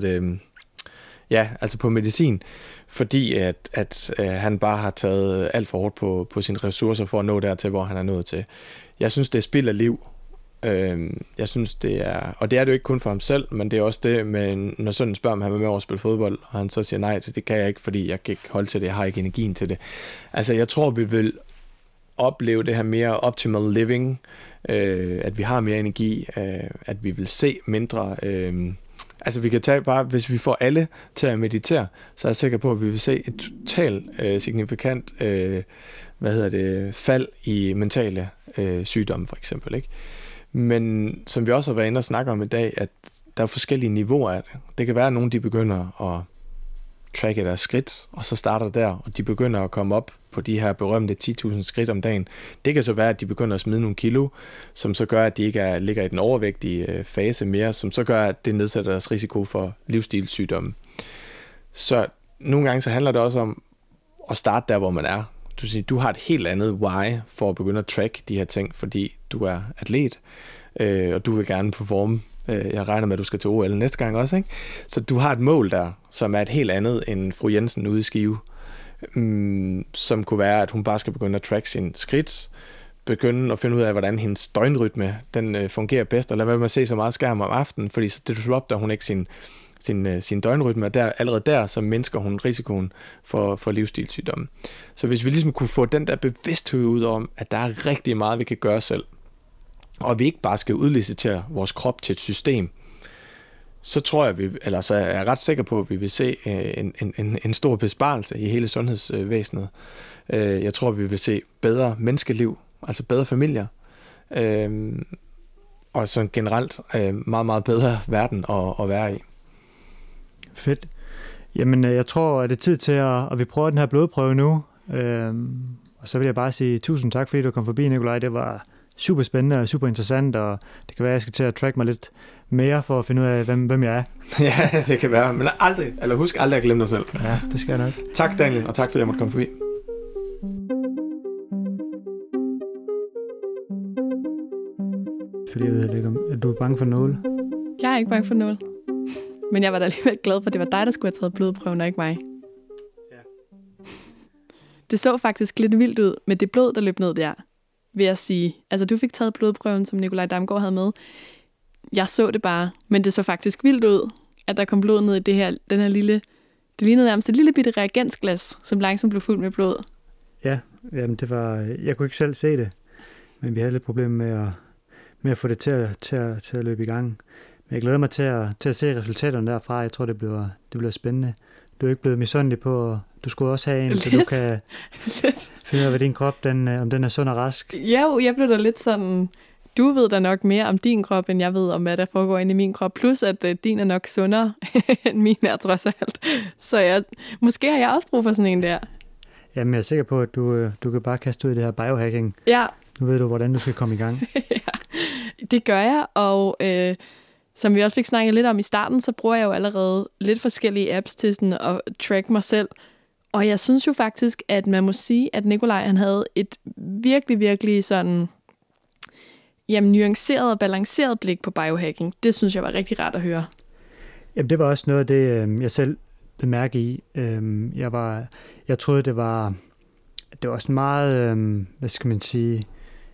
altså på medicin, fordi at han bare har taget alt for hårdt på sine ressourcer for at nå dertil, hvor han er nået til. Jeg synes, det er spild af liv. Jeg synes, det er, og det er det jo ikke kun for ham selv, men det er også det, når sønnen spørger, om han vil med over at spille fodbold, og han så siger nej, det kan jeg ikke, fordi jeg kan ikke holde til det, jeg har ikke energien til det. Altså, jeg tror, vi vil opleve det her mere optimal living, at vi har mere energi, at vi vil se mindre. Altså vi kan tage bare, hvis vi får alle til at meditere, så er jeg sikker på, at vi vil se et totalt signifikant fald i mentale sygdomme for eksempel. Ikke? Men som vi også har været inde og snakke om i dag, at der er forskellige niveauer af det. Det kan være, at nogle de begynder at tracke deres skridt, og så starter der, og de begynder at komme op på de her berømte 10.000 skridt om dagen. Det kan så være, at de begynder at smide nogle kilo, som så gør, at de ikke ligger i den overvægtige fase mere, som så gør, at det nedsætter deres risiko for livsstilssygdomme. Så nogle gange så handler det også om at starte der, hvor man er. Du har et helt andet why for at begynde at track de her ting, fordi du er atlet, og du vil gerne performe. Jeg regner med, at du skal til OL næste gang også, ikke? Så du har et mål der, som er et helt andet end fru Jensen ude i Skive, som kunne være, at hun bare skal begynde at track sin skridt, begynde at finde ud af, hvordan hendes døgnrytme den fungerer bedst, og lade være med at se så meget skærm om aftenen, fordi så disrupter hun ikke sin døgnrytme, og allerede der, så mindsker hun risikoen for livsstilssygdomme. Så hvis vi ligesom kunne få den der bevidsthed ud om, at der er rigtig meget, vi kan gøre selv, og vi ikke bare skal udlicitere vores krop til et system, så tror jeg, så er jeg ret sikker på, at vi vil se en stor besparelse i hele sundhedsvæsenet. Jeg tror, vi vil se bedre menneskeliv, altså bedre familier, og sådan generelt meget, meget bedre verden at være i. Fedt. Jamen, jeg tror, at det er tid til, at vi prøver den her blodprøve nu. Og så vil jeg bare sige tusind tak, fordi du kom forbi, Nikolaj. Det var super spændende og super interessant, og det kan være, at jeg skal til at track mig lidt mere for at finde ud af, hvem jeg er. Ja, det kan være. Men husk aldrig at glemme dig selv. Ja, det skal jeg nok. Tak, Daniel, og tak fordi jeg måtte komme forbi. Fordi jeg ved ikke, om du er bange for nåle. Jeg er ikke bange for nåle. Men jeg var da alligevel glad for, at det var dig, der skulle have taget blodprøven, og ikke mig. Ja. Det så faktisk lidt vildt ud med det blod, der løb ned der, vil jeg sige. Altså, du fik taget blodprøven, som Nikolaj Damgaard havde med. Jeg så det bare, men det så faktisk vildt ud, at der kom blod ned i den her lille... Det lignede nærmest et lille bitte reagensglas, som langsomt blev fuldt med blod. Ja, jamen det var... Jeg kunne ikke selv se det, men vi havde lidt problemer med at få det til at løbe i gang. Men jeg glæder mig til at se resultaterne derfra. Jeg tror, det bliver spændende. Du er ikke blevet misundelig på, og du skulle også have en, så du kan finde ud af, hvad din krop, om den er sund og rask. Ja, jeg blev da lidt sådan... Du ved da nok mere om din krop, end jeg ved om, hvad der foregår inde i min krop. Plus, at din er nok sundere, end min er trods alt. Så måske har jeg også brug for sådan en der. Jamen, jeg er sikker på, at du kan bare kaste ud i det her biohacking. Ja. Nu ved du, hvordan du skal komme i gang. Ja, det gør jeg, og som vi også fik snakket lidt om i starten, så bruger jeg jo allerede lidt forskellige apps til sådan at track mig selv. Og jeg synes jo faktisk, at man må sige, at Nikolaj han havde et virkelig, virkelig sådan... nuanceret og balanceret blik på biohacking. Det synes jeg var rigtig rart at høre. Jamen, det var også noget af det, jeg selv blev mærke i. Jeg troede, det var sådan meget, hvad skal man sige,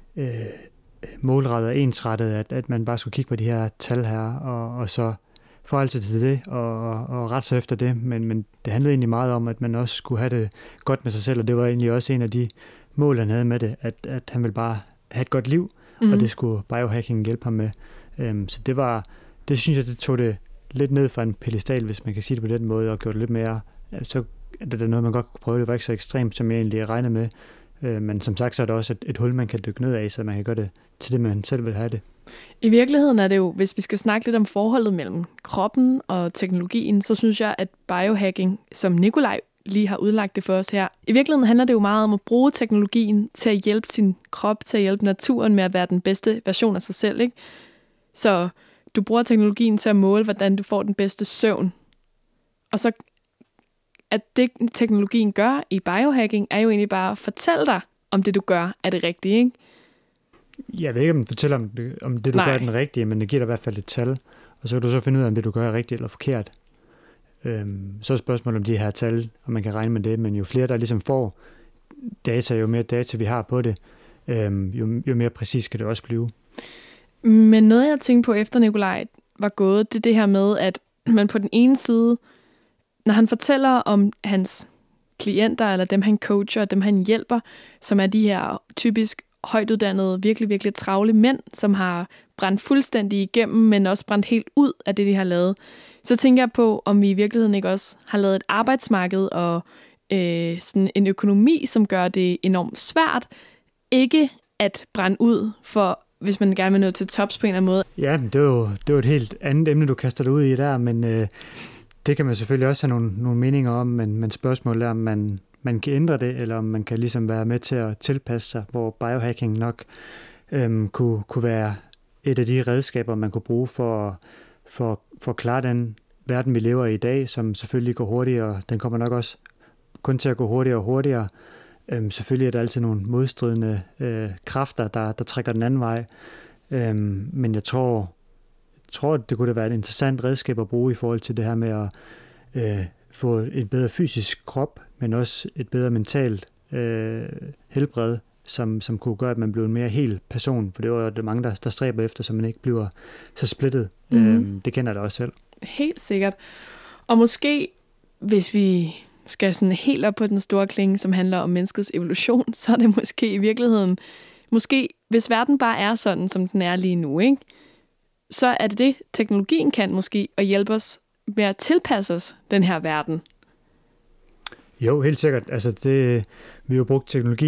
målrettet og ensrettet, at man bare skulle kigge på de her tal her, og så få altid til det, og rette sig efter det. Men det handlede egentlig meget om, at man også skulle have det godt med sig selv, og det var egentlig også en af de mål, han havde med det, at han ville bare have et godt liv, og det skulle biohacking hjælpe ham med. Så det synes jeg, det tog det lidt ned fra en pedestal, hvis man kan sige det på den måde, og gjorde det lidt mere, så er det noget, man godt kunne prøve. Det var ikke så ekstremt, som jeg egentlig regnede med. Men som sagt, så er der også et hul, man kan dykke ned af, så man kan gøre det til det, man selv vil have det. I virkeligheden er det jo, hvis vi skal snakke lidt om forholdet mellem kroppen og teknologien, så synes jeg, at biohacking, som Nikolaj lige har udlagt det for os her, i virkeligheden handler det jo meget om at bruge teknologien til at hjælpe sin krop, til at hjælpe naturen med at være den bedste version af sig selv, ikke? Så du bruger teknologien til at måle, hvordan du får den bedste søvn. Og så at det, teknologien gør i biohacking, er jo egentlig bare at fortælle dig, om det, du gør, er det rigtige, ikke? Jeg ved ikke, om det fortæller, om det, du gør, er den rigtige, men det giver dig i hvert fald et tal. Og så kan du så finde ud af, om det, du gør, er rigtigt eller forkert. Så er spørgsmålet om de her tal, om man kan regne med det, men jo flere, der ligesom får data, jo mere data vi har på det, jo mere præcis kan det også blive. Men noget, jeg tænkte på efter Nikolaj var gået, det er det her med, at man på den ene side, når han fortæller om hans klienter, eller dem han coacher, dem han hjælper, som er de her typisk højtuddannede, virkelig, virkelig travle mænd, som har brændt fuldstændig igennem, men også brændt helt ud af det, de har lavet, så tænker jeg på, om vi i virkeligheden ikke også har lavet et arbejdsmarked og sådan en økonomi, som gør det enormt svært ikke at brænde ud, for hvis man gerne vil nå til tops på en eller anden måde. Ja, det er jo et helt andet emne, du kaster dig ud i der, men det kan man selvfølgelig også have nogle meninger om, men spørgsmålet er, om man kan ændre det, eller om man kan ligesom være med til at tilpasse sig, hvor biohacking nok kunne være et af de redskaber, man kunne bruge for at klare den verden, vi lever i dag, som selvfølgelig går hurtigere. Den kommer nok også kun til at gå hurtigere og hurtigere. Selvfølgelig er der altid nogle modstridende kræfter, der trækker den anden vej. Men jeg tror, det kunne da være et interessant redskab at bruge i forhold til det her med at få en bedre fysisk krop, men også et bedre mentalt helbred, som kunne gøre, at man blev en mere hel person. For det var jo mange, der stræber efter, så man ikke bliver så splittet. Det kender jeg da også selv. Helt sikkert. Og måske, hvis vi skal sådan helt op på den store klinge, som handler om menneskets evolution, så er det måske i virkeligheden, hvis verden bare er sådan, som den er lige nu, ikke? Så er det, teknologien kan måske, at hjælpe os med at tilpasse os den her verden. Jo, helt sikkert. Altså vi har jo brugt teknologi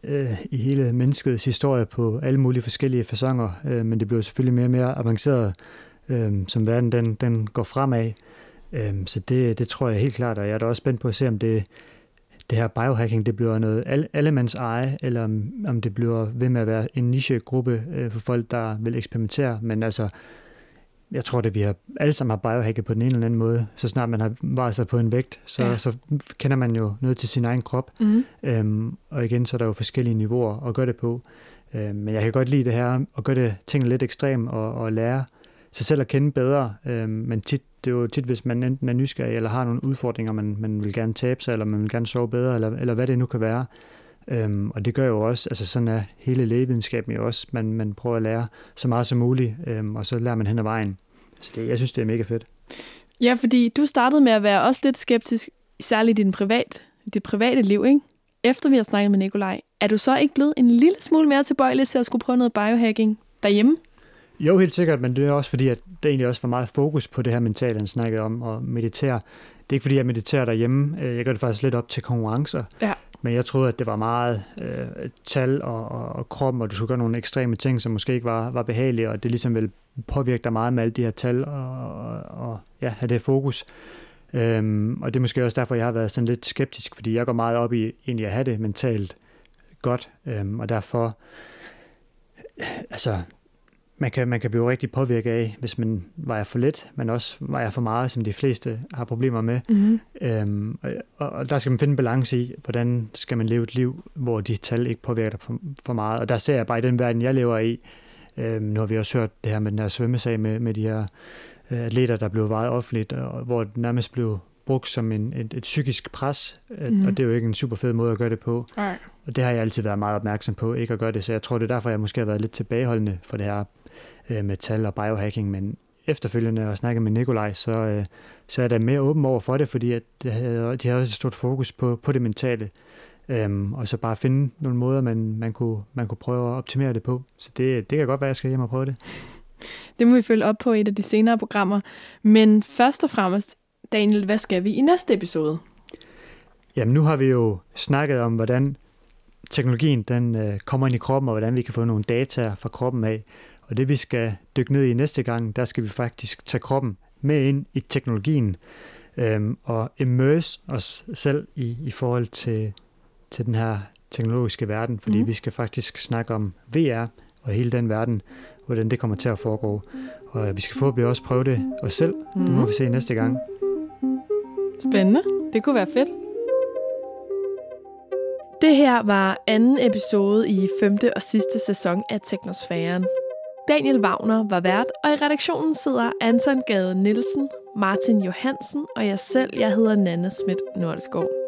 i hele menneskets historie på alle mulige forskellige faconer, men det bliver selvfølgelig mere og mere avanceret, som verden den går fremad. Så det tror jeg helt klart, og jeg er da også spændt på at se, om det her biohacking, det bliver noget allemands eje, eller om det bliver ved med at være en nichegruppe for folk, der vil eksperimentere. Men altså, jeg tror, at vi alle sammen har biohacket på den ene eller anden måde. Så snart man har varet sig på en vægt, så kender man jo noget til sin egen krop. Og igen, så er der jo forskellige niveauer at gøre det på. Men jeg kan godt lide det her, at gøre det tingene lidt ekstrem og lære sig selv at kende bedre. Men det er jo tit, hvis man enten er nysgerrig, eller har nogle udfordringer, man vil gerne tabe sig, eller man vil gerne sove bedre, eller hvad det nu kan være. Og det gør jo også, altså sådan er hele lægevidenskaben jo også, man prøver at lære så meget som muligt, og så lærer man hen ad vejen. Så jeg synes, det er mega fedt. Ja, fordi du startede med at være også lidt skeptisk, særligt i dit private liv, ikke? Efter vi har snakket med Nikolaj, er du så ikke blevet en lille smule mere tilbøjelig til at skulle prøve noget biohacking derhjemme? Jo, helt sikkert, men det er også fordi, at der egentlig også var meget fokus på det her mentale, han snakkede om, at meditere. Det er ikke fordi, jeg mediterer derhjemme. Jeg gør det faktisk lidt op til konkurrencer. Ja. Men jeg troede, at det var meget tal og krop, og du skulle gøre nogle ekstreme ting, som måske ikke var behagelige, og det ligesom vil påvirke dig meget med alle de her tal, og have det fokus. Og det er måske også derfor, jeg har været sådan lidt skeptisk, fordi jeg går meget op i egentlig at have det mentalt godt, og derfor, altså, man kan blive rigtig påvirket af, hvis man vejer for lidt, men også vejer for meget, som de fleste har problemer med. Og der skal man finde en balance i, hvordan skal man leve et liv, hvor de tal ikke påvirker dig for meget. Og der ser jeg bare i den verden, jeg lever i. Nu har vi også hørt det her med den her svømmesag med de her atleter, der blev vejet offentligt, og hvor det nærmest blev brugt som et psykisk pres, og det er jo ikke en super fed måde at gøre det på. Og det har jeg altid været meget opmærksom på, ikke at gøre det, så jeg tror, det er derfor, jeg måske har været lidt tilbageholdende for det her med tal og biohacking, men efterfølgende at snakke med Nikolaj, så er jeg da mere åben over for det, fordi at de havde også et stort fokus på det mentale, og så bare finde nogle måder, man kunne prøve at optimere det på. Så det kan godt være, at jeg skal hjem og prøve det. Det må vi følge op på i et af de senere programmer. Men først og fremmest, Daniel, hvad skal vi i næste episode? Jamen, nu har vi jo snakket om, hvordan teknologien den kommer ind i kroppen, og hvordan vi kan få nogle data fra kroppen af. Og det vi skal dykke ned i næste gang, der skal vi faktisk tage kroppen med ind i teknologien og immerse os selv i forhold til den her teknologiske verden, fordi vi skal faktisk snakke om VR og hele den verden, hvordan det kommer til at foregå. Og vi skal forhåbentlig også prøve det os selv. Det må vi se næste gang. Spændende. Det kunne være fedt. Det her var anden episode i 5. og sidste sæson af Teknosfæren. Daniel Wagner var vært, og i redaktionen sidder Anton Gade Nielsen, Martin Johansen og jeg selv. Jeg hedder Nanne Schmidt Nordeskov.